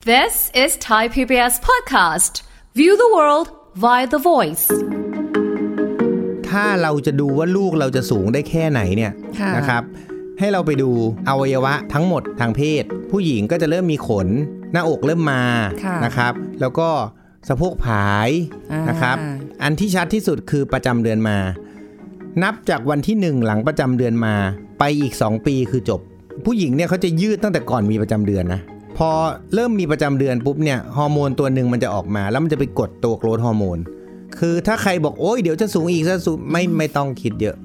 This is Thai PBS podcast. View the world via the voice. ถ้าเราจะดูว่าลูกเราจะสูงได้แค่ไหนเนี่ยนะครับให้เราไปดูอวัยวะทั้งหมดทางเพศผู้หญิงก็จะเริ่มมีขนหน้าอกเริ่มมานะครับแล้วก็สะโพกผายนะครับอันที่ชัดที่สุดคือประจำเดือนมานับจากวันที่1หลังประจำเดือนมาไปอีก2ปีคือจบผู้หญิงเนี่ยเขาจะยืดตั้งแต่ก่อนมีประจำเดือนนะพอเริ่มมีประจำเดือนปุ๊บเนี่ยฮอร์โมนตัวหนึ่งมันจะออกมาแล้วมันจะไปกดตัวโกรทฮอร์โมนคือถ้าใครบอกโอ๊ยเดี๋ยวจะสูงอีกจะสูงไม่ต้องคิดเยอะ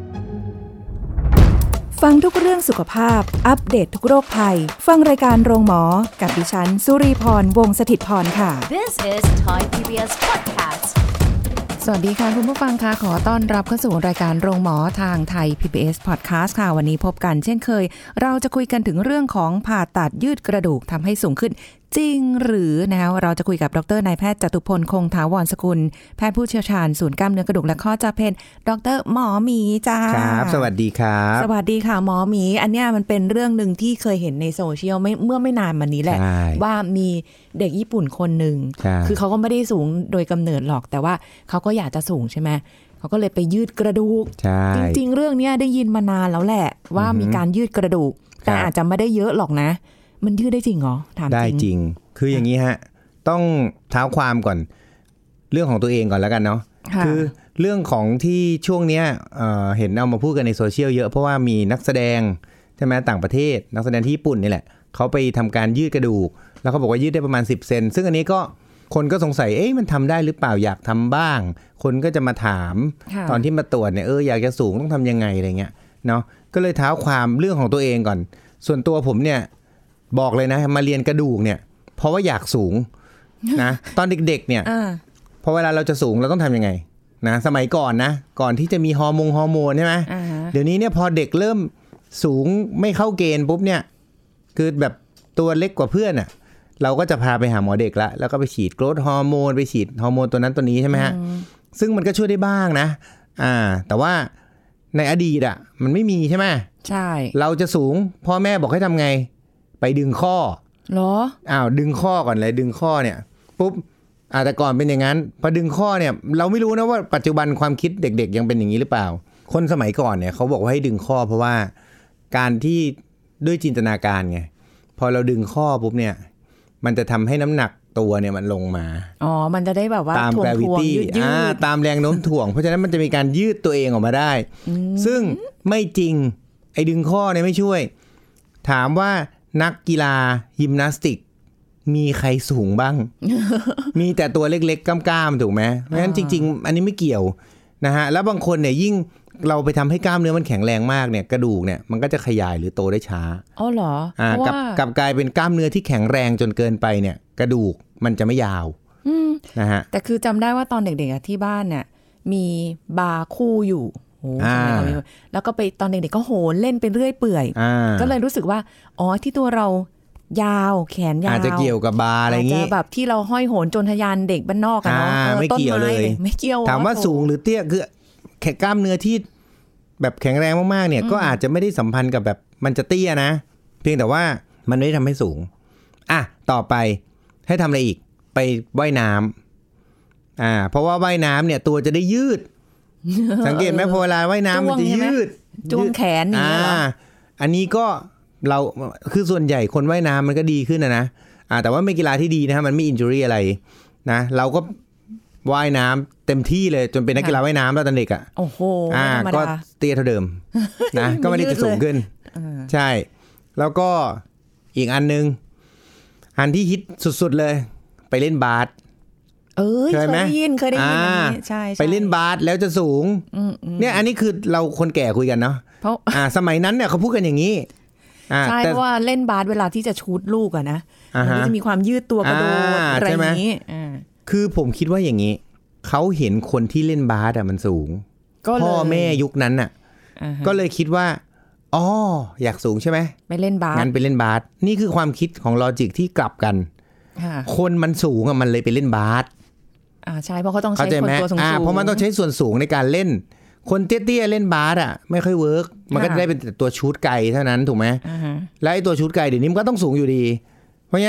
ฟังทุกเรื่องสุขภาพอัปเดต ทุกโรคภัยฟังรายการโรงหมอกับดิฉันสุรีพรวงศ์สถิตย์พรค่ะ This is Thai PBS podcast. สวัสดีค่ะคุณผู้ฟังค่ะขอต้อนรับเข้าสู่รายการโรงหมอทางไทย PBS Podcast ค่ะวันนี้พบกันเช่นเคยเราจะคุยกันถึงเรื่องของผ่าตัดยืดกระดูกทำให้สูงขึ้นจริงหรือนะคะเราจะคุยกับดร.นายแพทย์จตุพลคงถาวรสกุลแพทย์ผู้เชี่ยวชาญศูนย์กล้ามเนื้อกระดูกและข้อจะเป็นดร.หมอหมีจ้าครับสวัสดีครับสวัสดีค่ะหมอหมีอันเนี้ยมันเป็นเรื่องนึงที่เคยเห็นในโซเชียลเมื่อไม่นานมานี้แหละว่ามีเด็กญี่ปุ่นคนนึงคือเขาก็ไม่ได้สูงโดยกำเนิดหรอกแต่ว่าเขาก็อยากจะสูงใช่ไหมเขาก็เลยไปยืดกระดูกจริงๆเรื่องนี้ได้ยินมานานแล้วแหละว่ามีการยืดกระดูกแต่อาจจะไม่ได้เยอะหรอกนะมันยืดได้จริงเหรอถามจริงได้จริงคืออย่างนี้ฮะต้องเท้าความก่อนเรื่องของตัวเองก่อนแล้วกันเนาะคือเรื่องของที่ช่วงนี้เห็นเอามาพูดกันในโซเชียลเยอะเพราะว่ามีนักแสดงใช่ไหมต่างประเทศนักแสดงที่ญี่ปุ่นนี่แหละเขาไปทำการยืดกระดูกแล้วเขาบอกว่ายืดได้ประมาณ10 เซนซึ่งอันนี้ก็คนก็สงสัยมันทำได้หรือเปล่าอยากทำบ้างคนก็จะมาถามตอนที่มาตรวจเนี่ยอยากจะสูงต้องทำยังไงอะไรเงี้ยเนาะก็เลยเท้าความเรื่องของตัวเองก่อนส่วนตัวผมเนี่ยบอกเลยนะมาเรียนกระดูกเนี่ยเพราะว่าอยากสูงนะตอนเด็กๆเนี่ยพอเวลาเราจะสูงเราต้องทำยังไงนะสมัยก่อนนะก่อนที่จะมีฮอร์โมนใช่ไหมเดี๋ยวนี้เนี่ยพอเด็กเริ่มสูงไม่เข้าเกณฑ์ปุ๊บเนี่ยคือแบบตัวเล็กกว่าเพื่อนอ่ะเราก็จะพาไปหาหมอเด็กแล้วก็ไปฉีดโกรทฮอร์โมนไปฉีดฮอร์โมนตัวนั้นตัวนี้ใช่ไหมฮะซึ่งมันก็ช่วยได้บ้างนะแต่ว่าในอดีตอ่ะมันไม่มีใช่ไหมใช่เราจะสูงพ่อแม่บอกให้ทำไงไปดึงข้อเหรอดึงข้อก่อนเลยดึงข้อเนี่ยปุ๊บแต่ก่อนเป็นอย่างนั้นพอดึงข้อเนี่ยเราไม่รู้นะว่าปัจจุบันความคิดเด็กๆยังเป็นอย่างนี้หรือเปล่าคนสมัยก่อนเนี่ยเขาบอกว่าให้ดึงข้อเพราะว่าการที่ด้วยจินตนาการไงพอเราดึงข้อปุ๊บเนี่ยมันจะทำให้น้ำหนักตัวเนี่ยมันลงมามันจะได้แบบว่าตาม gravity ตามแรงโน้มถ่วงเพราะฉะนั้นมันจะมีการยืดตัวเองออกมาได้ซึ่งไม่จริงไอ้ดึงข้อเนี่ยไม่ช่วยถามว่านักกีฬายิมนาสติกมีใครสูงบ้าง มีแต่ตัวเล็กๆกล้ามๆถูกไหมเพราะฉะนั้นจริงๆอันนี้ไม่เกี่ยวนะฮะแล้วบางคนเนี่ยยิ่งเราไปทำให้กล้ามเนื้อมันแข็งแรงมากเนี่ยกระดูกเนี่ยมันก็จะขยายหรือโตได้ช้าเหรอกับกลายเป็นกล้ามเนื้อที่แข็งแรงจนเกินไปเนี่ยกระดูกมันจะไม่ยาวนะฮะแต่คือจำได้ว่าตอนเด็กๆที่บ้านเนี่ยมีบาร์คู่อยู่แล้วก็ไปตอนเด็กๆก็โหนเล่นไปเรื่อยเปื่อยก็เลยรู้สึกว่าที่ตัวเรายาวแขนยาวอาจจะเกี่ยวกับบาร์อะไรอย่างงี้แบบที่เราห้อยโหนจนทะยานเด็กบ้านนอกกันเนาะไม่เกี่ยวเลยไม่เกี่ยวถามว่าสูงหรือเตี้ยคือแค่กล้ามเนื้อที่แบบแข็งแรงมากๆเนี่ยก็อาจจะไม่ได้สัมพันธ์กับแบบมันจะเตี้ยนะเพียงแต่ว่ามันไม่ได้ทำให้สูงต่อไปให้ทำอะไรอีกไปว่ายน้ำเพราะว่าว่ายน้ำเนี่ยตัวจะได้ยืดสังเกตไหมพอเวลาว่ายน้ำมันจะยืดจ้วงแขนนี่อันนี้ก็เราคือส่วนใหญ่คนว่ายน้ำมันก็ดีขึ้นนะแต่ว่าไม่กีฬาที่ดีนะมันไม่อินจูรี่อะไรนะเราก็ว่ายน้ำเต็มที่เลยจนเป็นนักกีฬาว่ายน้ำแล้วตอนเด็กโอ้โหก็เตี้ยเท่าเดิมนะก็ไม่ได้จะสูงขึ้นใช่แล้วก็อีกอันนึงอันที่ฮิตสุดๆเลยไปเล่นบาสเคยได้ยินใช่ไปเล่นบาสแล้วจะสูงเนี่ยอันนี้คือเราคนแก่คุยกันเนาะเพราะสมัยนั้นเนี่ยเขาพูดกันอย่างนี้ใช่เพราะว่าเล่นบาสเวลาที่จะชูตลูกอะนะมันจะมีความยืดตัวกระโดดอะไรอย่างนี้คือผมคิดว่าอย่างนี้เขาเห็นคนที่เล่นบาสมันสูงพ่อแม่ยุคนั้นน่ะก็เลยคิดว่าอยากสูงใช่ไหมไปเล่นบาสงั้นไปเล่นบาสนี่คือความคิดของลอจิกที่กลับกันคนมันสูงมันเลยไปเล่นบาสใช่เพราะเขาต้องใช้คนตัวสูงเพราะมันต้องใช้ส่วนสูงในการเล่นคนเตี้ยๆเล่นบาสไม่ค่อยเวิร์กมันก็ได้เป็นตัวชูตไกลเท่านั้นถูกไหมแล้วไอ้ตัวชูตไกลเดี๋ยวนี้มันก็ต้องสูงอยู่ดีเพราะฉะนั้น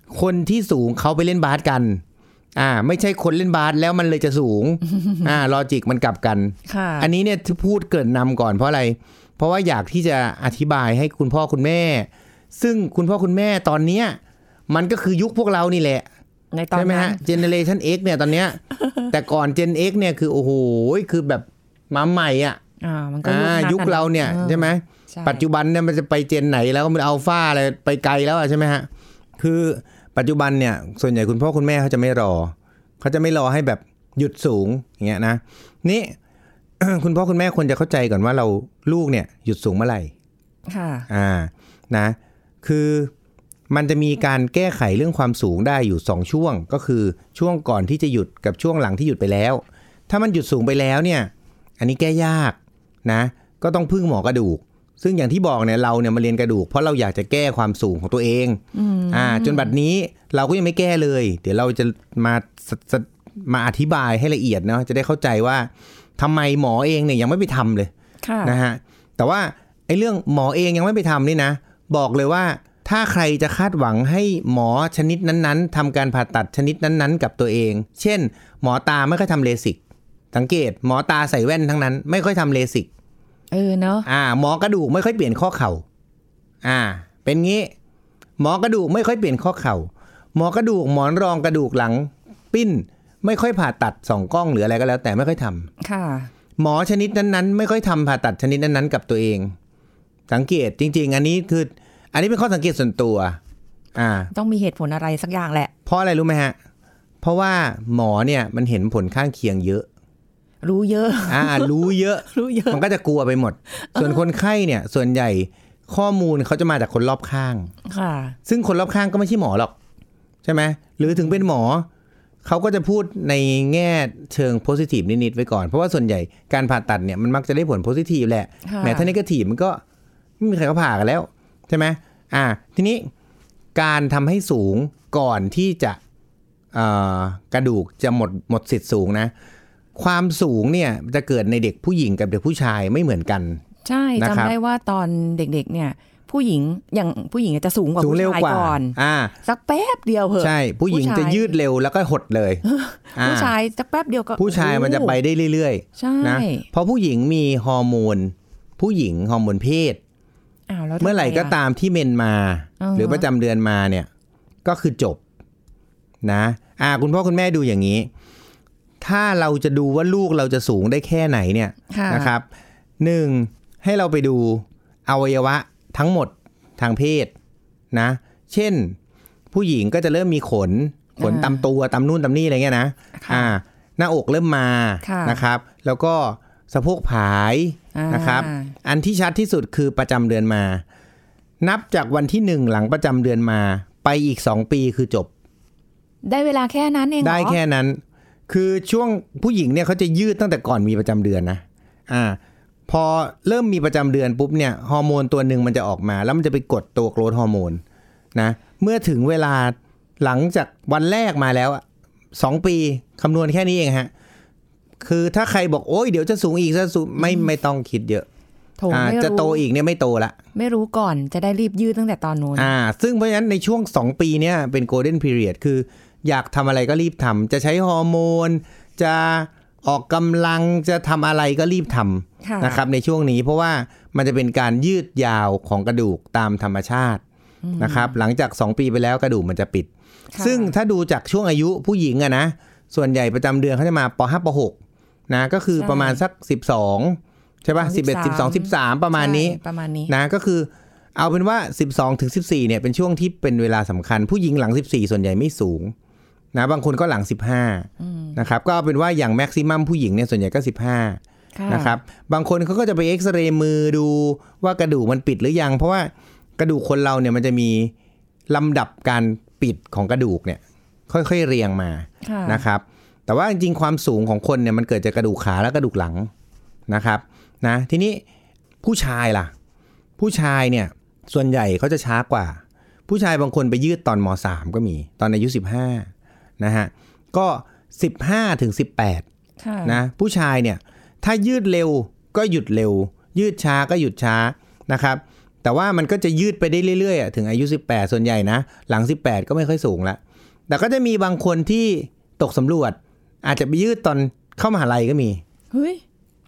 คนที่สูงเขาไปเล่นบาสกันไม่ใช่คนเล่นบาสแล้วมันเลยจะสูงลอจิกมันกลับกันอันนี้เนี่ยที่พูดเกริ่นนำก่อนเพราะอะไรเพราะว่าอยากที่จะอธิบายให้คุณพ่อคุณแม่ซึ่งคุณพ่อคุณแม่ตอนเนี้ยมันก็คือยุคพวกเรานี่แหละใช่ไหมฮะ Generation X เนี่ยตอนเนี้ย แต่ก่อน Gen X เนี่ยคือโอ้โหคือแบบมาใหม่มันก็ยุคเราเนี่ยใช่ไหมปัจจุบันเนี่ยมันจะไปเจนไหนแล้วมันอัลฟาอะไรไปไกลแล้วใช่ไหมฮะคือปัจจุบันเนี่ยส่วนใหญ่คุณพ่อคุณแม่เขาจะไม่รอให้แบบหยุดสูงอย่างเงี้ยนะนี่ คุณพ่อคุณแม่ควรจะเข้าใจก่อนว่าเราลูกเนี่ยหยุดสูงเมื่อไหร่ค่ะนะคือมันจะมีการแก้ไขเรื่องความสูงได้อยู่2ช่วงก็คือช่วงก่อนที่จะหยุดกับช่วงหลังที่หยุดไปแล้วถ้ามันหยุดสูงไปแล้วเนี่ยอันนี้แก้ยากนะก็ต้องพึ่งหมอกระดูกซึ่งอย่างที่บอกเนี่ยเราเนี่ยมาเรียนกระดูกเพราะเราอยากจะแก้ความสูงของตัวเองจนบัดนี้เราก็ยังไม่แก้เลยเดี๋ยวเราจะมาอธิบายให้ละเอียดเนาะจะได้เข้าใจว่าทำไมหมอเองเนี่ยยังไม่ไปทำเลยนะฮะแต่ว่าไอ้เรื่องหมอเองยังไม่ไปทำนี่นะบอกเลยว่าถ้าใครจะคาดหวังให้หมอชนิดนั้นๆทำการผ่าตัดชนิดนั้นๆกับตัวเองเช่นหมอตาไม่ค่อยทำเลสิกสังเกตหมอตาใส่แว่นทั้งนั้นไม่ค่อยทำเลสิกเนาะหมอกระดูกไม่ค่อยเปลี่ยนข้อเข่าเป็นงี้หมอกระดูกไม่ค่อยเปลี่ยนข้อเข่าหมอกระดูกหมอนรองกระดูกหลังปิ้นไม่ค่อยผ่าตัดส่องกล้องหรืออะไรก็แล้วแต่ไม่ค่อยทำค่ะหมอชนิดนั้นๆไม่ค่อยทำผ่าตัดชนิดนั้นๆกับตัวเองสังเกตจริงๆอันนี้เป็นข้อสังเกตส่วนตัวต้องมีเหตุผลอะไรสักอย่างแหละเพราะอะไรรู้ไหมฮะเพราะว่าหมอเนี่ยมันเห็นผลข้างเคียงเยอะรู้เยอะรู้เยอะมันก็จะกลัวไปหมดส่วนคนไข้เนี่ยส่วนใหญ่ข้อมูลเขาจะมาจากคนรอบข้างค่ะซึ่งคนรอบข้างก็ไม่ใช่หมอหรอกใช่ไหมหรือถึงเป็นหมอเขาก็จะพูดในแง่เชิงโพสิทีฟนิดๆไว้ก่อนเพราะว่าส่วนใหญ่การผ่าตัดเนี่ยมันมักจะได้ผลโพสิทีฟแหละแม้ถ้าเนกาทีฟมันก็ไม่มีใครเขาผ่ากันแล้วใช่ไหมทีนี้การทำให้สูงก่อนที่จะกระดูกจะหมดสิทธิ์สูงนะความสูงเนี่ยจะเกิดในเด็กผู้หญิงกับเด็กผู้ชายไม่เหมือนกันใช่จำได้ว่าตอนเด็กๆเนี่ยผู้หญิงจะสูงกว่าผู้ชายก่อนสักแป๊บเดียวเหอะใช่ผู้หญิงจะยืดเร็วแล้วก็หดเลยผู้ชายสักแป๊บเดียวก็ผู้ชายมันจะไปได้เรื่อยๆนะเพราะผู้หญิงมีฮอร์โมนผู้หญิงฮอร์โมนเพศเมื่อไหร่ก็ตามที่เมนมาหรือประจำเดือนมาเนี่ยก็คือจบนะคุณพ่อคุณแม่ดูอย่างนี้ถ้าเราจะดูว่าลูกเราจะสูงได้แค่ไหนเนี่ยนะครับ1ให้เราไปดูอวัยวะทั้งหมดทางเพศนะเช่นผู้หญิงก็จะเริ่มมีขนตามตัวตามนู่นตามนี่อะไรเงี้ยนะหน้าอกเริ่มมานะครับแล้วก็สะโพกผายนะครับอันที่ชัดที่สุดคือประจำเดือนมานับจากวันที่1หลังประจำเดือนมาไปอีก2ปีคือจบได้เวลาแค่นั้นเองเหรอได้แค่นั้นคือช่วงผู้หญิงเนี่ยเขาจะยืดตั้งแต่ก่อนมีประจำเดือนนะพอเริ่มมีประจำเดือนปุ๊บเนี่ยฮอร์โมนตัวหนึ่งมันจะออกมาแล้วมันจะไปกดตัวโกรทฮอร์โมนนะเมื่อถึงเวลาหลังจากวันแรกมาแล้ว2ปีคำนวณแค่นี้เองฮะคือถ้าใครบอกโอ๊ยเดี๋ยวจะสูงอีกจะสูงไม่ต้องคิดเยอะจะโตอีกเนี่ยไม่โตละไม่รู้ก่อนจะได้รีบยืดตั้งแต่ตอนโน้นซึ่งเพราะฉะนั้นในช่วง2ปีเนี่ยเป็น golden period คืออยากทำอะไรก็รีบทำจะใช้ฮอร์โมนจะออกกำลังจะทำอะไรก็รีบทำนะครับในช่วงนี้เพราะว่ามันจะเป็นการยืดยาวของกระดูกตามธรรมชาตินะครับหลังจาก2ปีไปแล้วกระดูกมันจะปิดซึ่งถ้าดูจากช่วงอายุผู้หญิงนะส่วนใหญ่ประจำเดือนเขาจะมาป.5 ป.6 นะก็คือประมาณสัก12ใช่ป่ะ11 12 13ประมาณนี้นะก็คือเอาเป็นว่า12ถึง14เนี่ยเป็นช่วงที่เป็นเวลาสำคัญผู้หญิงหลัง14ส่วนใหญ่ไม่สูงนะบางคนก็หลัง15นะครับก็เป็นว่าอย่างแม็กซิมัมผู้หญิงเนี่ยส่วนใหญ่ก็15นะครับบางคนเขาก็จะไปเอ็กซเรย์มือดูว่ากระดูกมันปิดหรือยังเพราะว่ากระดูกคนเราเนี่ยมันจะมีลำดับการปิดของกระดูกเนี่ยค่อยๆเรียงมานะครับแต่ว่าจริงๆความสูงของคนเนี่ยมันเกิดจากกระดูกขาและกระดูกหลังนะครับนะทีนี้ผู้ชายล่ะผู้ชายเนี่ยส่วนใหญ่เขาจะช้ากว่าผู้ชายบางคนไปยืดตอนม.3 ก็มีตอนอายุ15นะฮะก็15ถึง18นะผู้ชายเนี่ยถ้ายืดเร็วก็หยุดเร็วยืดช้าก็หยุดช้านะครับแต่ว่ามันก็จะยืดไปได้เรื่อยๆถึงอายุ18ส่วนใหญ่นะหลัง18ก็ไม่ค่อยสูงละแต่ก็จะมีบางคนที่ตกสำรวจอาจจะไปยืดตอนเข้ามหาลัยก็มีเฮ้ย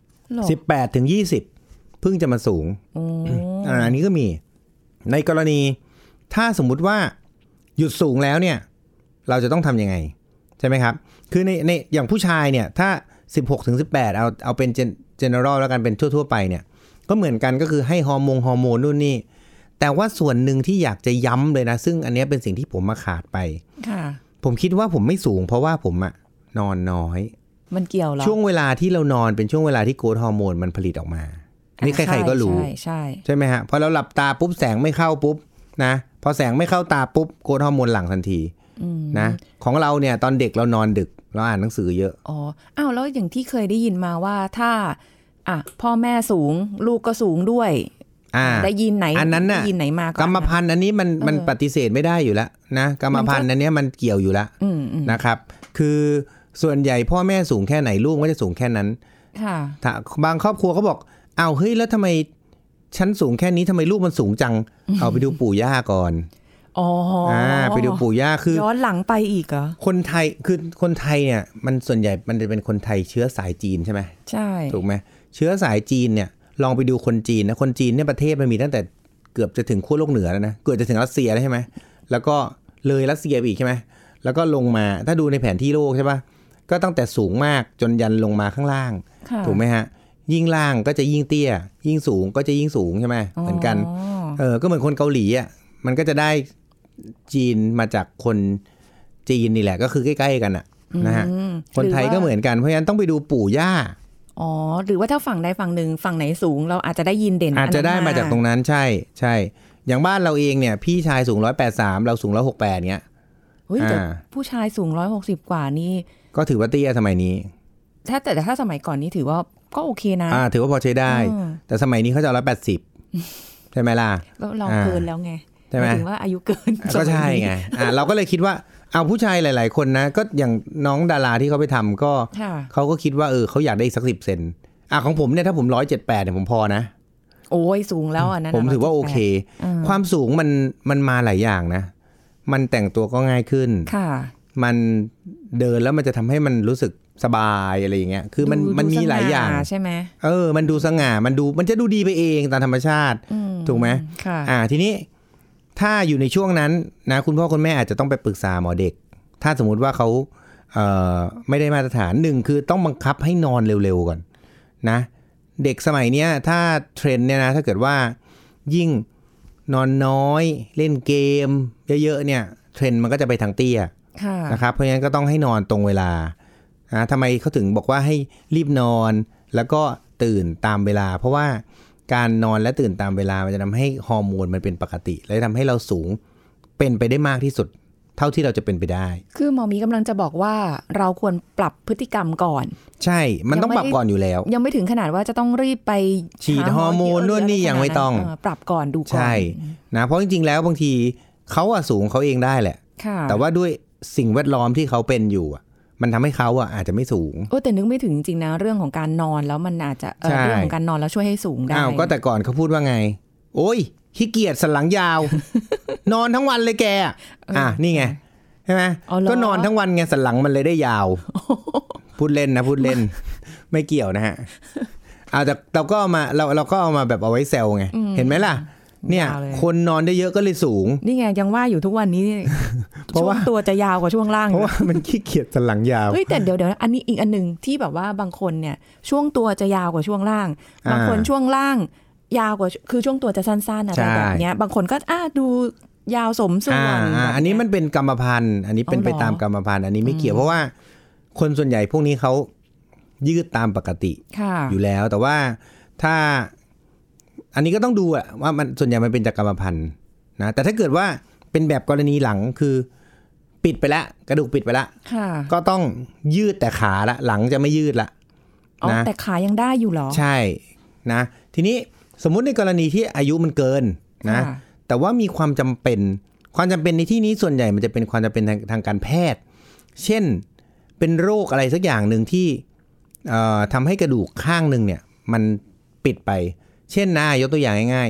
18ถึง20เพิ่งจะมาสูงอันนี้ก็มีในกรณีถ้าสมมุติว่าหยุดสูงแล้วเนี่ยเราจะต้องทำยังไงใช่ไหมครับคือในอย่างผู้ชายเนี่ยถ้า16ถึง18เอาเป็นgeneral แล้วกันเป็นทั่วๆไปเนี่ยก็เหมือนกันก็คือให้ฮอร์โมนนู่นนี่แต่ว่าส่วนหนึ่งที่อยากจะย้ำเลยนะซึ่งอันนี้เป็นสิ่งที่ผมมาขาดไปผมคิดว่าผมไม่สูงเพราะว่าผมอะนอนน้อยมันเกี่ยวหรอช่วงเวลาที่เรานอนเป็นช่วงเวลาที่โกรทฮอร์โมนมันผลิตออกมานี่ใครๆก็รู้ใช่ไหมฮะพอเราหลับตาปุ๊บแสงไม่เข้าปุ๊บนะพอแสงไม่เข้าตาปุ๊บโกรทฮอร์โมนหลั่งทันทีนะของเราเนี่ยตอนเด็กเรานอนดึกเราอ่านหนังสือเยอะอ้าวแล้วอย่างที่เคยได้ยินมาว่าถ้าพ่อแม่สูงลูกก็สูงด้วยได้ยินไหนอันนั้นน่ะยินไหนมากรรมพันธุ์อันนี้มันปฏิเสธไม่ได้อยู่แล้วนะกรรมพันธุ์อันนี้มันเกี่ยวอยู่แล้วนะครับคือส่วนใหญ่พ่อแม่สูงแค่ไหนลูกก็จะสูงแค่นั้นถ้าบางครอบครัวเขาบอกเอาเฮ้ยแล้วทำไมฉันสูงแค่นี้ทำไมลูกมันสูงจังเอาไปดูปู่ย่าก่อนไปดูปู่ย่าคือย้อนหลังไปอีกเหรอคนไทยคือคนไทยเนี่ยมันส่วนใหญ่มันจะเป็นคนไทยเชื้อสายจีนใช่ไหมใช่ถูกไหมเชื้อสายจีนเนี่ยลองไปดูคนจีนนะคนจีนเนี่ยประเทศมันมีตั้งแต่เกือบจะถึงขั้วโลกเหนือแล้วนะเกือบจะถึงรัสเซียแล้วใช่ไหมแล้วก็เลยรัสเซียไปอีกใช่ไหมแล้วก็ลงมาถ้าดูในแผนที่โลกใช่ป่ะก็ตั้งแต่สูงมากจนยันลงมาข้างล่างถูกไหมฮะยิ่งล่างก็จะยิ่งเตี้ยยิ่งสูงก็จะยิ่งสูงใช่ไหมเหมือนกันก็เหมือนคนเกาหลีอ่ะมันก็จะได้จีนมาจากคนจีนนี่แหละก็คือใกล้ๆกันอ่ะนะฮะคนไทยก็เหมือนกันเพราะฉะนั้นต้องไปดูปู่ย่าหรือว่าถ้าฝั่งใดฝั่งหนึ่งฝั่งไหนสูงเราอาจจะได้ยินเด่นอาจจะได้มาจากตรงนั้นใช่อย่างบ้านเราเองเนี่ยพี่ชายสูง183เราสูง168เงี้ยแต่ผู้ชายสูง160กว่านี่ก็ถือว่าเตี้ยสมัยนี้แต่ถ้าสมัยก่อนนี้ถือว่าก็โอเคนะถือว่าพอใช้ได้แต่สมัยนี้เขาจะ180ใช่ไหมล่ะเราเกินแล้วไงใช่ไหมถึงว่าอายุเกินก็ใช่ไงเราก็เลยคิดว่าเอาผู้ชายหลายๆคนนะก็อย่างน้องดาราที่เขาไปทำก็เขาก็คิดว่าเขาอยากได้อีกสัก10 เซนของผมเนี่ยถ้าผม178เนี่ยผมพอนะโอ้ยสูงแล้วอ่ะนั้นผมถือว่าโอเคความสูงมันมาหลายอย่างนะมันแต่งตัวก็ง่ายขึ้นมันเดินแล้วมันจะทำให้มันรู้สึกสบายอะไรอย่างเงี้ยคือมันมีหลายอย่างใช่ไหมมันดูสง่ามันจะดูดีไปเองตามธรรมชาติถูกไหมทีนี้ถ้าอยู่ในช่วงนั้นนะคุณพ่อคุณแม่อาจจะต้องไปปรึกษาหมอเด็กถ้าสมมุติว่าเขาไม่ได้มาตรฐานหนึ่งคือต้องบังคับให้นอนเร็วๆก่อนนะเด็กสมัยนี้ถ้าเทรนด์เนี่ยนะถ้าเกิดว่ายิ่งนอนน้อยเล่นเกมเยอะๆเนี่ยเทรนด์มันก็จะไปทางเตี้ยนะครับเพราะฉะนั้นก็ต้องให้นอนตรงเวลาทำไมเขาถึงบอกว่าให้รีบนอนแล้วก็ตื่นตามเวลาเพราะว่าการนอนและตื่นตามเวลามันจะทำให้ฮอร์โมนมันเป็นปกติและทำให้เราสูงเป็นไปได้มากที่สุดเท่าที่เราจะเป็นไปได้คือหมอมีกำลังจะบอกว่าเราควรปรับพฤติกรรมก่อนใช่มันต้องปรับก่อนอยู่แล้วยังไม่ถึงขนาดว่าจะต้องรีบไปฉีดฮอร์โมนนู่นนี่ยังไม่ต้องปรับก่อนดูก่อนใช่นะเพราะจริงๆแล้วบางทีเขาสูงเขาเองได้แหละแต่ว่าด้วยสิ่งแวดล้อมที่เขาเป็นอยู่มันทำให้เขาอาจจะไม่สูงแต่นึกไม่ถึงจริงๆนะเรื่องของการนอนแล้วมันอาจจะเรื่องของการนอนแล้วช่วยให้สูงได้ก็แต่ก่อนเขาพูดว่าไงโอ้ยขี้เกียจสันหลังยาว นอนทั้งวันเลยแกนี่ไงใช่ไหมก็นอนทั้งวันไงสันหลังมันเลยได้ยาวพูดเล่นนะพูดเล่นไม่เกี่ยวนะฮะแต่เราก็เอามาเราก็เอามาแบบเอาไว้แซวไงเห็นไหมล่ะเนี่ยคนนอนได้เยอะก็เลยสูงนี่ไงยังว่าอยู่ทุกวันนี้เพราะว่าตัวจะยาวกว่าช่วงล่างเพราะว่ามันขี้เกียจสันหลังยาวแต่เดี๋ยวอันนี้อีกอันนึงที่แบบว่าบางคนเนี่ยช่วงตัวจะยาวกว่าช่วงล่างบางคนช่วงล่างยาวกว่าคือช่วงตัวจะสั้นๆอะไรแบบเนี้ยบางคนก็ดูยาวสมส่วนอันนี้มันเป็นกรรมพันธุ์อันนี้เป็นไปตามกรรมพันธุ์อันนี้ไม่เกี่ยวเพราะว่าคนส่วนใหญ่พวกนี้เขายืดตามปกติอยู่แล้วแต่ว่าถ้าอันนี้ก็ต้องดูว่ามันส่วนใหญ่มันเป็นจากกรรมพันธุ์นะแต่ถ้าเกิดว่าเป็นแบบกรณีหลังคือปิดไปแล้วกระดูกปิดไปแล้วก็ต้องยืดแต่ขาละหลังจะไม่ยืดละนะแต่ขายังได้อยู่หรอใช่นะทีนี้สมมุติในกรณีที่อายุมันเกินนะแต่ว่ามีความจำเป็นในที่นี้ส่วนใหญ่มันจะเป็นความจำเป็นทางการแพทย์เช่นเป็นโรคอะไรสักอย่างหนึ่งที่ทำให้กระดูกข้างนึงเนี่ยมันปิดไปเช่นยกตัวอย่างง่ายๆ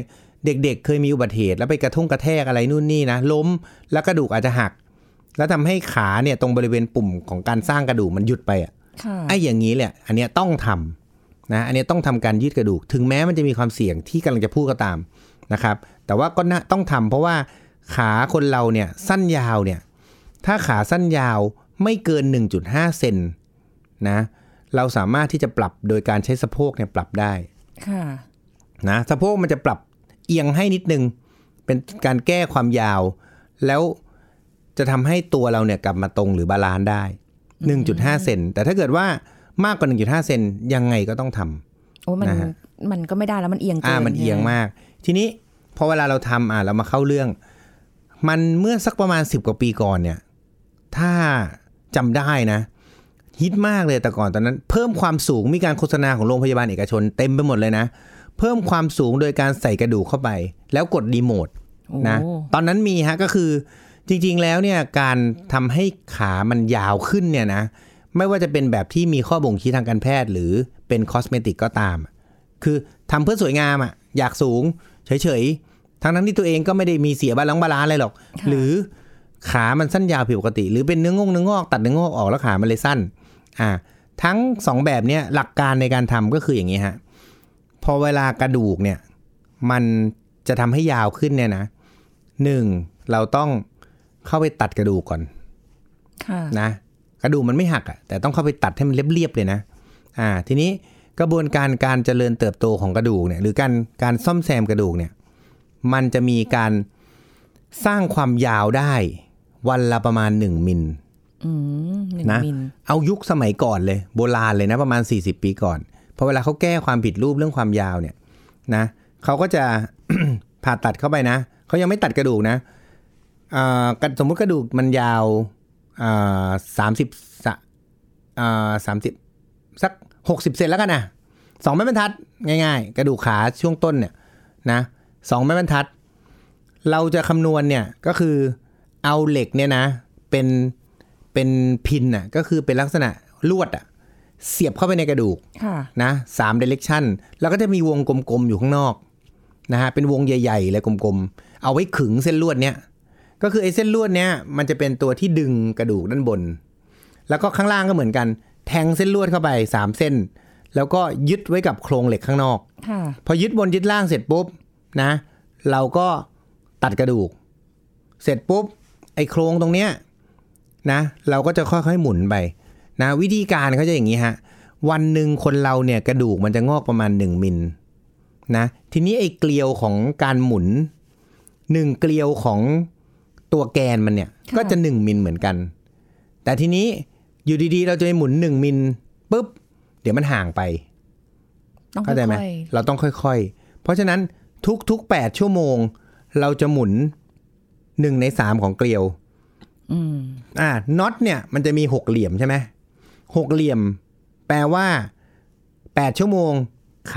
เด็กๆเคยมีอุบัติเหตุแล้วไปกระแทกอะไรนู่นนี่นะล้มแล้วกระดูกอาจจะหักแล้วทำให้ขาเนี่ยตรงบริเวณปุ่มของการสร้างกระดูกมันหยุดไปอ่ะไอ้อย่างนี้แหละอันนี้ต้องทำนะอันนี้ต้องทำการยืดกระดูกถึงแม้มันจะมีความเสี่ยงที่กำลังจะพูดก็ตามนะครับแต่ว่าก็ต้องทำเพราะว่าขาคนเราเนี่ยสั้นยาวเนี่ยถ้าขาสั้นยาวไม่เกิน 1.5 เซนนะเราสามารถที่จะปรับโดยการใช้สะโพกเนี่ยปรับได้นะสะโพกมันจะปรับเอียงให้นิดนึงเป็นการแก้ความยาวแล้วจะทำให้ตัวเราเนี่ยกลับมาตรงหรือบาลานซ์ได้ 1.5 เซนแต่ถ้าเกิดว่ามากกว่า 1.5 เซนยังไงก็ต้องทำโอ้มันก็ไม่ได้แล้วมันเอียงเกินมันเอียงมากทีนี้พอเวลาเราทำเรามาเข้าเรื่องมันเมื่อสักประมาณ10 กว่าปีก่อนเนี่ยถ้าจำได้นะฮิตมากเลยแต่ก่อนตอนนั้นเพิ่มความสูงมีการโฆษณาของโรงพยาบาลเอกชนเต็มไปหมดเลยนะเพิ่มความสูงโดยการใส่กระดูกเข้าไปแล้วกดรีโมทนะตอนนั้นมีก็คือจริงๆแล้วเนี่ยการทำให้ขามันยาวขึ้นเนี่ยนะไม่ว่าจะเป็นแบบที่มีข้อบ่งชี้ทางการแพทย์หรือเป็นคอสเมติกก็ตามคือทำเพื่อสวยงามอยากสูงเฉยๆทั้งที่ตัวเองก็ไม่ได้มีเสียบาลานซ์อะไรหรอกหรือขามันสั้นยาวผิดปกติหรือเป็นเนื้องอกตัดเนื้องอกออกแล้วขามันเลยสั้นทั้ง2แบบเนี้ยหลักการในการทำก็คืออย่างนี้ฮะพอเวลากระดูกเนี่ยมันจะทำให้ยาวขึ้นเนี่ยนะ1เราต้องเข้าไปตัดกระดูกก่อนนะกระดูกมันไม่หักแต่ต้องเข้าไปตัดให้มันเรียบๆเลยนะทีนี้กระบวนการเจริญเติบโตของกระดูกเนี่ยหรือการซ่อมแซมกระดูกเนี่ยมันจะมีการสร้างความยาวได้วันละประมาณ1 มิลนะเอายุคสมัยก่อนเลยโบราณเลยนะประมาณ40 ปีก่อนพอเวลาเขาแก้ความผิดรูปเรื่องความยาวเนี่ยนะเขาก็จะ ผ่าตัดเข้าไปนะเขายังไม่ตัดกระดูกนะสมมุติกระดูกมันยาว30สัก60 เซนแล้วกันนะ2 ไม้บรรทัดง่ายๆกระดูกขาช่วงต้นเนี่ยนะ2 ไม้บรรทัดเราจะคำนวณเนี่ยก็คือเอาเหล็กเนี่ยนะเป็นพินก็คือเป็นลักษณะลวดเสียบเข้าไปในกระดูกนะ3 direction แล้วก็จะมีวงกลมๆอยู่ข้างนอกนะฮะเป็นวงใหญ่ๆเลยกลมๆเอาไว้ขึงเส้นลวดเนี้ยก็คือไอ้เส้นลวดเนี้ยมันจะเป็นตัวที่ดึงกระดูกด้านบนแล้วก็ข้างล่างก็เหมือนกันแทงเส้นลวดเข้าไป3 เส้นแล้วก็ยึดไว้กับโครงเหล็กข้างนอกพอยึดบนยึดล่างเสร็จปุ๊บนะเราก็ตัดกระดูกเสร็จปุ๊บไอ้โครงตรงเนี้ยนะเราก็จะค่อยๆหมุนไปนะวิธีการเขาจะอย่างนี้ฮะวันหนึ่งคนเราเนี่ยกระดูกมันจะงอกประมาณ1 มิลนะทีนี้ไอ้เกลียวของการหมุน1 เกลียวของตัวแกนมันเนี่ยก็จะ1 มิลเหมือนกันแต่ทีนี้อยู่ดีๆเราจะไปหมุน1 มิลปุ๊บเดี๋ยวมันห่างไปเข้าใจไหมเราต้องค่อยๆเพราะฉะนั้นทุก8 ชั่วโมงเราจะหมุน1 ใน 3ของเกลียวน็อตเนี่ยมันจะมี6 เหลี่ยมใช่ไหม6 เหลี่ยมแปลว่า8 ชั่วโมงไข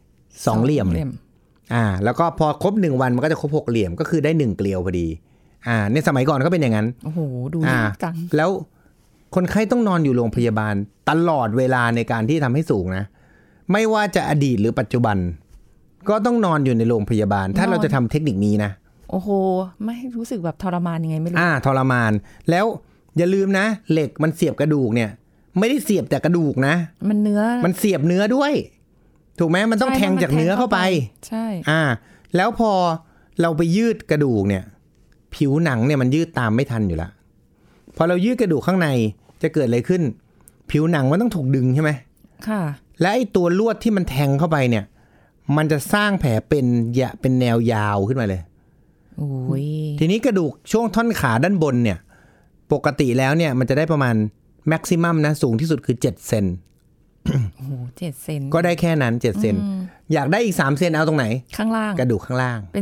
2 เหลี่ยมแล้วก็พอครบ1 วันมันก็จะครบ6 เหลี่ยมก็คือได้1 เกลียวพอดีในสมัยก่อนก็เป็นอย่างนั้นโอ้โหดูจังแล้วคนไข้ต้องนอนอยู่โรงพยาบาลตลอดเวลาในการที่ทำให้สูงนะไม่ว่าจะอดีตหรือปัจจุบันก็ต้องนอนอยู่ในโรงพยาบาลถ้าเราจะทำเทคนิคนี้นะโอ้โหไม่รู้สึกแบบทรมานยังไงไม่รู้ทรมานแล้วอย่าลืมนะเหล็กมันเสียบกระดูกเนี่ยไม่ได้เสียบแต่กระดูกนะมันเสียบเนื้อด้วยถูกไหมมันต้องแทงจากเนื้อเข้าไปใช่แล้วพอเราไปยืดกระดูกเนี่ยผิวหนังเนี่ยมันยืดตามไม่ทันอยู่แล้วพอเรายืดกระดูกข้างในจะเกิดอะไรขึ้นผิวหนังมันต้องถูกดึงใช่ไหมค่ะและไอ้ตัวลวดที่มันแทงเข้าไปเนี่ยมันจะสร้างแผลเป็นแนวยาวขึ้นมาเลยโอ้ยทีนี้กระดูกช่วงท่อนขาด้านบนเนี่ยปกติแล้วเนี่ยมันจะได้ประมาณแม็กซิมัมนะสูงที่สุดคือ7 เซนโอ้โห7 เซนก็ได้แค่นั้น7 เซนอยากได้อีก3 เซนเอาตรงไหนข้างล่างกระดูกข้างล่างเป็น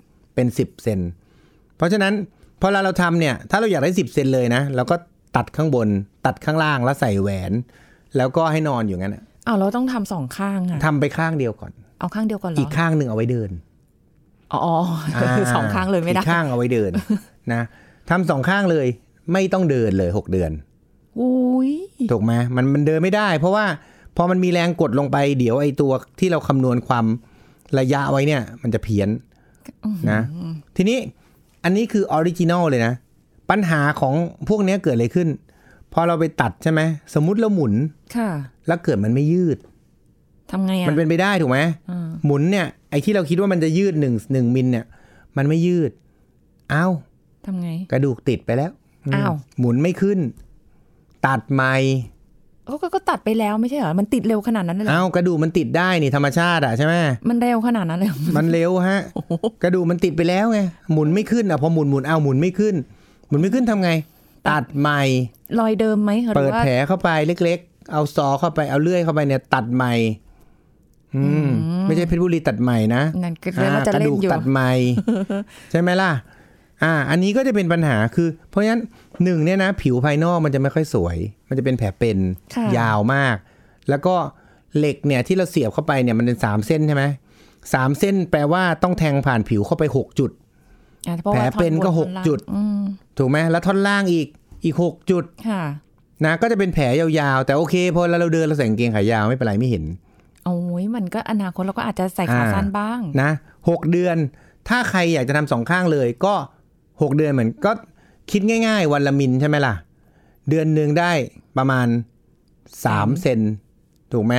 10 เซนเพราะฉะนั้นพอเราทำเนี่ยถ้าเราอยากได้10 เซนเลยนะเราก็ตัดข้างบนตัดข้างล่างแล้วใส่แหวนแล้วก็ให้นอนอยู่งั้นเราต้องทำ2 ข้างทำไปข้างเดียวก่อนเอาข้างเดียวก่อนเหรออีกข้างนึงเอาไว้เดินคือ2 ข้างเลยไม่ได้อีกข้างเอาไว้เดินนะทำ2 ข้างเลยไม่ต้องเดินเลย6 เดือนถูกไหมมันเดินไม่ได้เพราะว่าพอมันมีแรงกดลงไปเดี๋ยวไอ้ตัวที่เราคำนวณความระยะไว้เนี่ยมันจะเพี้ยนนะทีนี้อันนี้คือออริจินอลเลยนะปัญหาของพวกนี้เกิดอะไรขึ้นพอเราไปตัดใช่ไหมสมมุติเราหมุนแล้วเกิดมันไม่ยืดทำไงอ่ะมันเป็นไปได้ถูกไหมหมุนเนี่ยไอ้ที่เราคิดว่ามันจะยืด1มิลเนี่ยมันไม่ยืดอ้าวทำไงกระดูกติดไปแล้วอ้าวหมุนไม่ขึ้นตัดใหม่ก็ตัดไปแล้วไม่ใช่เหรอมันติดเร็วขนาดนั้นเลยเหรออ้าวกระดูกมันติดได้นี่ธรรมชาติอ่ะใช่ไหมมันเร็วขนาดนั้นเลยมันเร็วฮะกระดูกมันติดไปแล้วไงหมุนไม่ขึ้นอ่ะพอหมุนอ้าวหมุนไม่ขึ้นทำไงตัดใหม่รอยเดิมไหมเปิดแผลเข้าไปเล็กๆเอาซอเข้าไปเอาเลื่อยเข้าไปเนี่ยตัดใหม่ไม่ใช่เพชรบุรีตัดใหม่นะนั่นกระดูกตัดใหม่ใช่ไหมล่ะอันนี้ก็จะเป็นปัญหาคือเพราะฉะนั้น1เนี่ยนะผิวภายนอกมันจะไม่ค่อยสวยมันจะเป็นแผลเป็นยาวมากแล้วก็เหล็กเนี่ยที่เราเสียบเข้าไปเนี่ยมันเป็น3เส้นใช่ไหม3เส้นแปลว่าต้องแทงผ่านผิวเข้าไป6จุดแผลเป็นก็6จุดถูกไหมแล้วท่อนล่างอีก6จุดนะก็จะเป็นแผลยาวๆแต่โอเคพอเราเดินเราใส่กางเกงขายาวไม่เป็นไรไม่เห็นโอ้ยมันก็อนาคตเราก็อาจจะใส่ขาสั้นบ้างนะ6เดือนถ้าใครอยากจะทำ2ข้างเลยก็6เดือนเหมือนก็คิดง่ายๆวันละมิลใช่ไหมล่ะเดือนนึงได้ประมาณ3เซนถูกไหม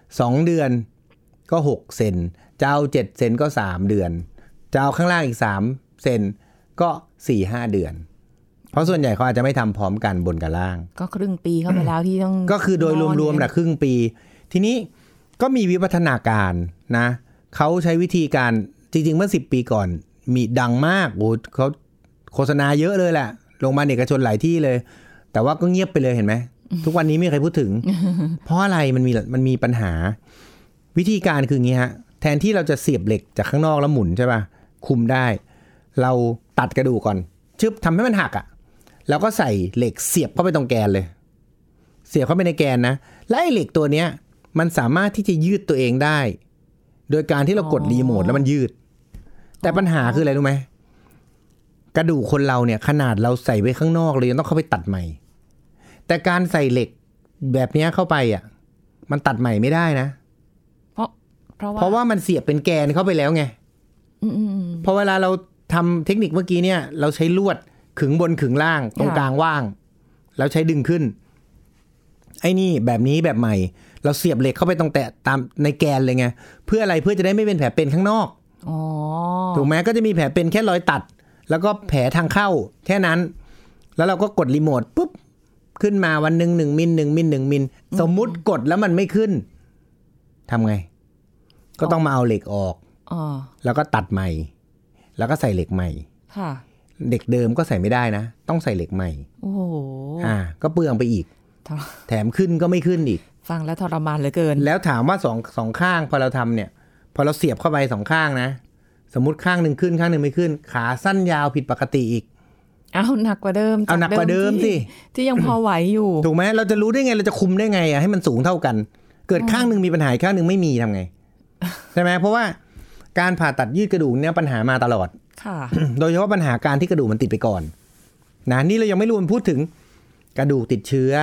2เดือนก็6เซนจะเอา7เซนก็3เดือนจะเอาข้างล่างอีก3เซนก็ 4-5 เดือนเพราะส่วนใหญ่เขาอาจจะไม่ทำพร้อมกันบนกับล่างก็ครึ่งปีเข้าไปแล้วที่ต้องก็คือโดยรวมๆนะครึ่งปีทีนี้ก็มีวิวัฒนาการนะเขาใช้วิธีการจริงๆเมื่อ10ปีก่อนมีดังมากโอ้เขาโฆษณาเยอะเลยแหละโรงพยาบาลเอกชนหลายที่เลยแต่ว่าก็เงียบไปเลยเห็นไหมทุกวันนี้ไม่มีใครพูดถึง เพราะอะไรมันมีปัญหาวิธีการคืออย่างนี้ฮะแทนที่เราจะเสียบเหล็กจากข้างนอกแล้วหมุนใช่ป่ะคุมได้เราตัดกระดูกก่อนชึบทำให้มันหักอ่ะแล้วก็ใส่เหล็กเสียบเข้าไปตรงแกนเลยเสียบเข้าไปในแกนนะและไอ้เหล็กตัวเนี้ยมันสามารถที่จะยืดตัวเองได้โดยการที่เรากดรีโมทแล้วมันยืดแต่ปัญหาคืออะไรรู้ไหมกระดูกคนเราเนี่ยขนาดเราใส่ไว้ข้างนอกเลยยังต้องเข้าไปตัดใหม่แต่การใส่เหล็กแบบนี้เข้าไปอ่ะมันตัดใหม่ไม่ได้นะเพราะว่ามันเสียบเป็นแกนเข้าไปแล้วไงพอเวลาเราทำเทคนิคเมื่อกี้เนี่ยเราใช้ลวดขึงบนขึงล่างตรงกลางว่างแล้วใช้ดึงขึ้นไอ้นี่แบบนี้แบบใหม่เราเสียบเหล็กเข้าไปตรงแต่ตามในแกนเลยไงเพื่ออะไรเพื่อจะได้ไม่เป็นแผลเป็นข้างนอกถูกไหมก็จะมีแผลเป็นแค่รอยตัดแล้วก็แผลทางเข้าแค่นั้นแล้วเราก็กดรีโมทปุ๊บขึ้นมาวันหนึ่ง1มิล1มิล1มิลสมมุติกดแล้วมันไม่ขึ้นทำไงก็ต้องมาเอาเหล็กออกแล้วก็ตัดใหม่แล้วก็ใส่เหล็กใหม่เด็กเดิมก็ใส่ไม่ได้นะต้องใส่เหล็กใหม่โอ้โหก็เปลืองไปอีกแถมขึ้นก็ไม่ขึ้นอีกฟังแล้วทรมานเหลือเกินแล้วถามว่าสองข้างพอเราทำเนี่ยพอเราเสียบเข้าไป2ข้างนะสมมุติข้างหนึ่งขึ้นข้างหนึ่งไม่ขึ้นขาสั้นยาวผิดปกติอีกเอาหนักกว่าเดิมเอาหนักกว่าเดิมสิที่ยังพอไหวอยู่ถูกไหมเราจะรู้ได้ไงเราจะคุมได้ไงให้มันสูงเท่ากันเกิดข้างหนึ่งมีปัญหาข้างหนึ่งไม่มีทำไงใช่ไหมเพราะว่าการผ่าตัดยืดกระดูกเนี่ยปัญหามาตลอดโดยเฉพาะปัญหาการที่กระดูกมันติดไปก่อนนะนี่เรายังไม่รวมพูดถึงกระดูกติดเชื้อ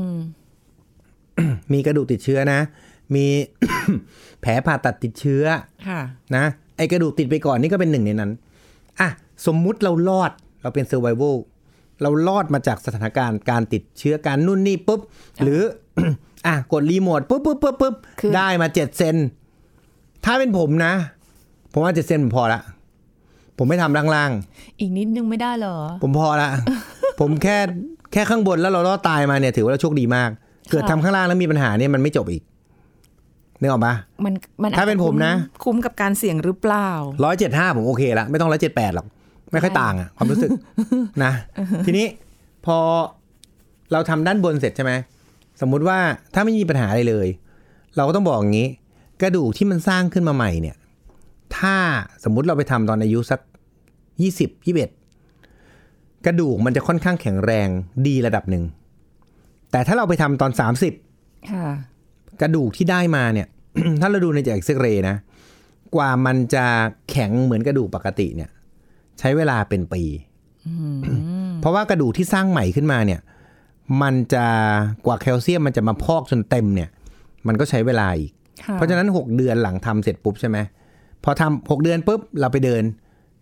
มีกระดูกติดเชื้อนะมี แผลผ่าตัดติดเชื้อนะไอ้กระดูกติดไปก่อนนี่ก็เป็นหนึ่งในนั้นสมมุติเรารอดเราเป็น survival เรารอดมาจากสถานการณ์การติดเชื้อการนู่นนี่ปุ๊บหรือ กดรีโมทปุ๊บได้มา7เซนถ้าเป็นผมนะผมว่า7เซนผมพอละผมไม่ทำล่างๆอีกนิดนึงไม่ได้เหรอผมพอละ ผมแค่ข้างบนแล้วเรารอดตายมาเนี่ยถือว่าเราโชคดีมากเกิดทำข้างล่างแล้วมีปัญหาเนี่ยมันไม่จบอีกนึกออกปะมันถ้าเป็นผมนะคุ้มกับการเสี่ยงหรือเปล่า 175ผมโอเคละไม่ต้อง178หรอกไม่ค่อยต่างอะความรู้สึก นะ ทีนี้พอเราทำด้านบนเสร็จใช่ไหมสมมุติว่าถ้าไม่มีปัญหาอะไรเลยเราก็ต้องบอกอย่างนี้กระดูกที่มันสร้างขึ้นมาใหม่เนี่ยถ้าสมมุติเราไปทำตอนอายุสัก20-21กระดูกมันจะค่อนข้างแข็งแรงดีระดับหนึ่งแต่ถ้าเราไปทำตอน30กระดูกที่ได้มาเนี่ย ถ้าเราดูในจากเอ็กซเรย์นะกว่ามันจะแข็งเหมือนกระดูกปกติเนี่ยใช้เวลาเป็นปี เพราะว่ากระดูกที่สร้างใหม่ขึ้นมาเนี่ยมันจะกว่าแคลเซียมมันจะมาพอกจนเต็มเนี่ยมันก็ใช้เวลาอีกเพราะฉะนั้น6เดือนหลังทำเสร็จปุ๊บใช่ไหมพอทำ6เดือนปุ๊บเราไปเดิน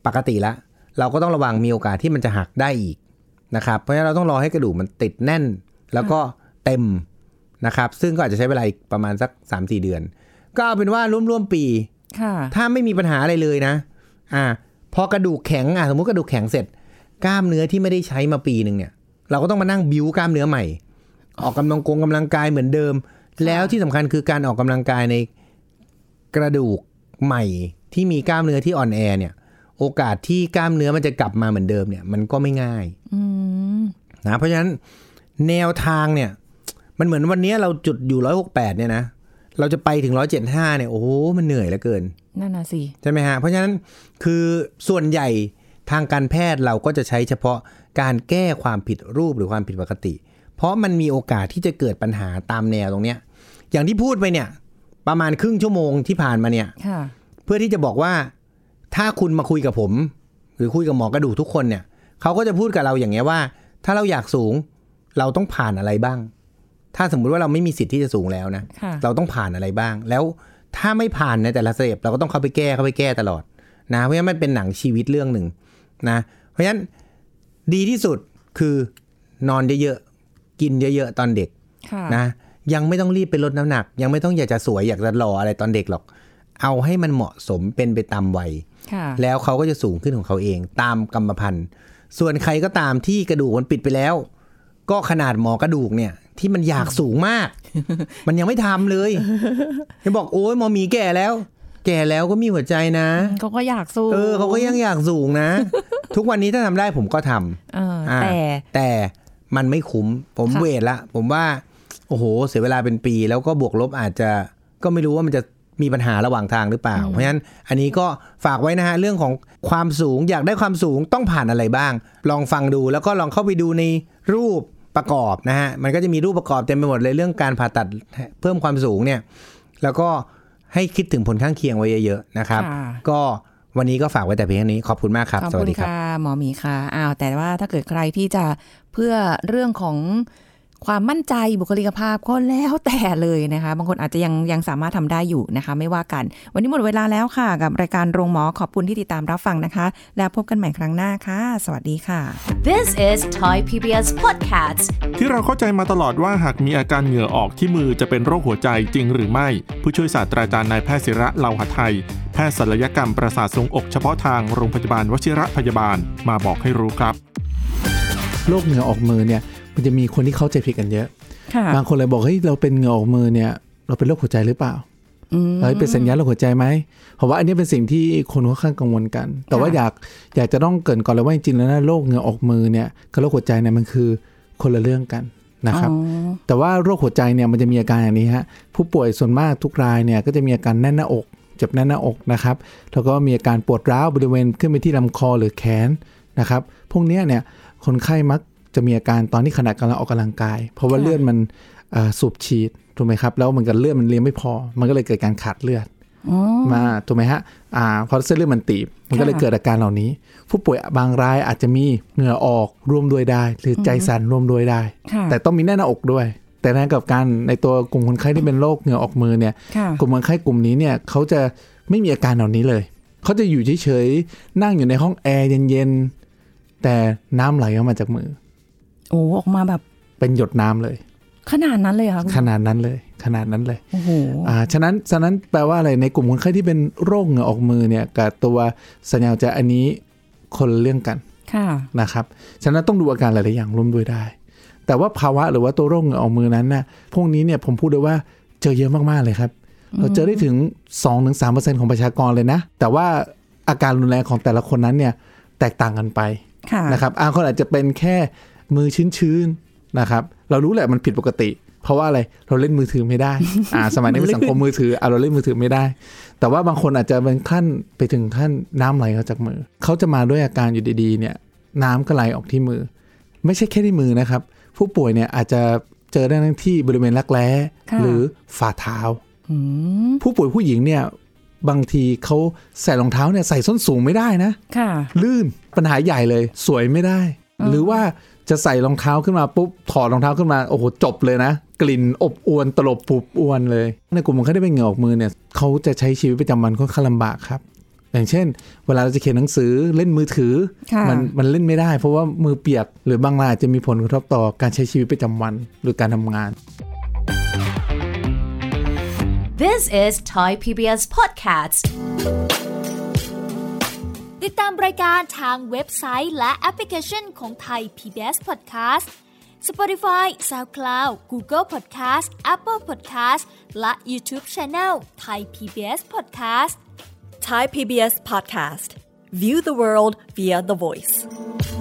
ปกติละเราก็ต้องระวังมีโอกาสที่มันจะหักได้อีกนะครับเพราะฉะนั้นเราต้องรอให้กระดูกมันติดแน่นแล้วก็เต็มนะครับซึ่งก็อาจจะใช้เวลาประมาณสัก 3-4 เดือนก็เอาเป็นว่าร่วมปีถ้าไม่มีปัญหาอะไรเลยนะพอกระดูกแข็งสมมุติกระดูกแข็งเสร็จกล้ามเนื้อที่ไม่ได้ใช้มาปีนึงเนี่ยเราก็ต้องมานั่งบิ้วกล้ามเนื้อใหม่ออกกำลังกายเหมือนเดิมแล้วที่สำคัญคือการออกกำลังกายในกระดูกใหม่ที่มีกล้ามเนื้อที่อ่อนแอเนี่ยโอกาสที่กล้ามเนื้อมันจะกลับมาเหมือนเดิมเนี่ยมันก็ไม่ง่ายนะเพราะฉะนั้นแนวทางเนี่ยมันเหมือนวันนี้เราจุดอยู่168เนี่ยนะเราจะไปถึง175เนี่ยโอ้โหมันเหนื่อยเหลือเกินนั่นน่ะสิใช่ไหมฮะเพราะฉะนั้นคือส่วนใหญ่ทางการแพทย์เราก็จะใช้เฉพาะการแก้ความผิดรูปหรือความผิดปกติเพราะมันมีโอกาสที่จะเกิดปัญหาตามแนวตรงเนี้ยอย่างที่พูดไปเนี่ยประมาณครึ่งชั่วโมงที่ผ่านมาเนี่ยเพื่อที่จะบอกว่าถ้าคุณมาคุยกับผมหรือคุยกับหมอกระดูกทุกคนเนี่ยเขาก็จะพูดกับเราอย่างเงี้ยว่าถ้าเราอยากสูงเราต้องผ่านอะไรบ้างถ้าสมมุติว่าเราไม่มีสิทธิ์ที่จะสูงแล้วนะเราต้องผ่านอะไรบ้างแล้วถ้าไม่ผ่านในแต่ละสเต็ปเราก็ต้องเข้าไปแก้ตลอดนะเพราะฉะนั้นมันเป็นหนังชีวิตเรื่องหนึ่งนะเพราะฉะนั้นดีที่สุดคือนอนเยอะๆกินเยอะๆตอนเด็กนะยังไม่ต้องรีบไปลดน้ำหนักยังไม่ต้องอยากจะสวยอยากจะหล่ออะไรตอนเด็กหรอกเอาให้มันเหมาะสมเป็นไปตามวัยแล้วเขาก็จะสูงขึ้นของเขาเองตามกรรมพันธุ์ส่วนใครก็ตามที่กระดูกมันปิดไปแล้วก็ขนาดหมอกระดูกเนี่ยที่มันอยากสูงมาก มันยังไม่ทำเลยยังบอกโอ้ยหมอหมีแก่แล้วก็มีหัวใจนะเขาก็อยากสูงเขาก็ยังอยากสูงนะ ทุกวันนี้ถ้าทำได้ผมก็ทำแต่มันไม่คุ้มผมเวทละผมว่าโอ้โหเสียเวลาเป็นปีแล้วก็บวกลบอาจจะก็ไม่รู้ว่ามันจะมีปัญหาระหว่างทางหรือเปล่าเพราะฉะนั้นอันนี้ก็ฝากไว้นะฮะเรื่องของความสูงอยากได้ความสูงต้องผ่านอะไรบ้างลองฟังดูแล้วก็ลองเข้าไปดูในรูปประกอบนะฮะมันก็จะมีรูปประกอบเต็มไปหมดเลยเรื่องการผ่าตัดเพิ่มความสูงเนี่ยแล้วก็ให้คิดถึงผลข้างเคียงไว้เยอะๆนะครับก็วันนี้ก็ฝากไว้แต่เพียงนี้ขอบคุณมากครับสวัสดีครับหมอหมีค่ะแต่ว่าถ้าเกิดใครที่จะเพื่อเรื่องของความมั่นใจบุคลิกภาพก็แล้วแต่เลยนะคะบางคนอาจจะยังสามารถทำได้อยู่นะคะไม่ว่ากันวันนี้หมดเวลาแล้วค่ะกับรายการโรงหมอขอบคุณที่ติดตามรับฟังนะคะแล้วพบกันใหม่ครั้งหน้าค่ะสวัสดีค่ะ This is Thai PBS Podcast ที่เราเข้าใจมาตลอดว่าหากมีอาการเหงื่อออกที่มือจะเป็นโรคหัวใจจริงหรือไม่ผู้ช่วยศาสตราจารย์นายแพทย์ศิระเลาหะไทยแพทย์ศัลยกรรมประสาททรวงอกเฉพาะทางโรงพยาบาลวชิระพยาบาลมาบอกให้รู้ครับโรคเหงื่อออกมือเนี่ยมันจะมีคนที่เข้าใจผิดกันเยอะบางคนเลยบอกเฮ้ยเราเป็นเหงื่อออกมือเนี่ยเราเป็นโรคหัวใจหรือเปล่าเป็นสัญญาณโรคหัวใจไหมเพราะว่าอันนี้เป็นสิ่งที่คนค่อนข้างกังวลกันแต่ว่าอยากจะต้องเกริ่นก่อนเลยว่าจริงๆแล้วโรคเหงื่อออกมือเนี่ยกับโรคหัวใจเนี่ยมันคือคนละเรื่องกันนะครับแต่ว่าโรคหัวใจเนี่ยมันจะมีอาการอย่างนี้ฮะผู้ป่วยส่วนมากทุกรายเนี่ยก็จะมีอาการแน่นหน้าอกเจ็บแน่นหน้าอกนะครับแล้วก็มีอาการปวดร้าวบริเวณขึ้นไปที่ลำคอหรือแขนนะครับพวกนี้เนี่ยคนไข้มักจะมีอาการตอนที่ขณะกำลังออกกำลังกายเพราะว่าเลือดมันสูบฉีดถูกไหมครับแล้วมันก็เลือดมันเลี้ยงไม่พอมันก็เลยเกิดการขาดเลือดมาถูกไหมฮะพอเส้นเลือดมันตีบมันก็เลยเกิดอาการเหล่านี้ผู้ป่วยบางรายอาจจะมีเหงื่อออกร่วมด้วยได้หรือใจสั่นร่วมด้วยได้แต่ต้องมีแน่นหน้าอกด้วยแต่ในกับการในตัวกลุ่มคนไข้ที่เป็นโรคเหงื่อออกมือเนี่ยกลุ่มคนไข้กลุ่มนี้เนี่ยเขาจะไม่มีอาการเหล่านี้เลยเขาจะอยู่เฉยๆนั่งอยู่ในห้องแอร์เย็นๆแต่น้ำไหลออกมาจากมือโอ้ออกมาแบบเป็นหยดน้ำเลยขนาดนั้นเลยค่ะขนาดนั้นเลยโอ้โหฉะนั้นแปลว่าอะไรในกลุ่มคนไข้ที่เป็นโรคเหงื่อออกมือเนี่ยกับตัวสัญญาณจะอันนี้คนเรื่องกันนะครับฉะนั้นต้องดูอาการหลายๆอย่างร่วมด้วยได้แต่ว่าภาวะหรือว่าตัวโรคเหงื่อออกมือนั้นนะพวกนี้เนี่ยผมพูดเลยว่าเจอเยอะมากๆเลยครับเราเจอได้ถึง 2-3% ของประชากรเลยนะแต่ว่าอาการรุนแรงของแต่ละคนนั้นเนี่ยแตกต่างกันไปนะครับคนอาจจะเป็นแค่มือชื้นๆนะครับเรารู้แหละมันผิดปกติเพราะว่าอะไรเราเล่นมือถือไม่ได้ สมัยนี้เป็นสังคมมือถือเราเล่นมือถือไม่ได้แต่ว่าบางคนอาจจะเป็นขั้นไปถึงขั้นน้ำไหลออกจากมือเขาจะมาด้วยอาการอยู่ดีๆเนี่ยน้ำก็ไหลออกที่มือไม่ใช่แค่ที่มือนะครับผู้ป่วยเนี่ยอาจจะเจอได้ทั้งที่บริเวณรักแร้หรือฝ่าเท้าผู้ป่วยผู้หญิงเนี่ยบางทีเขาใส่รองเท้าเนี่ยใส่ส้นสูงไม่ได้นะลื่นปัญหาใหญ่เลยสวยไม่ได้หรือว่าจะใส่รองเท้าขึ้นมาปุ๊บถอดรองเท้าขึ้นมาโอ้โหจบเลยนะกลิ่นอบอวนตลบปุบอวนเลยในกลุ่มคนที่เป็นเหงื่อออกมือเนี่ยเขาจะใช้ชีวิตประจำวันค่อนข้างลำบากครับอย่างเช่นเวลาเราจะเขียนหนังสือเล่นมือถือมันเล่นไม่ได้เพราะว่ามือเปียกหรือบางรายจะมีผลกระทบต่อการใช้ชีวิตประจำวันหรือการทำงาน This is Thai PBS Podcast ติดตามรายการทางเว็บไซต์และแอปพลิเคชันของ Thai PBS Podcast Spotify, SoundCloud, Google Podcast, Apple Podcast และ YouTube Channel Thai PBS Podcast Thai PBS Podcast. View the world via the voice.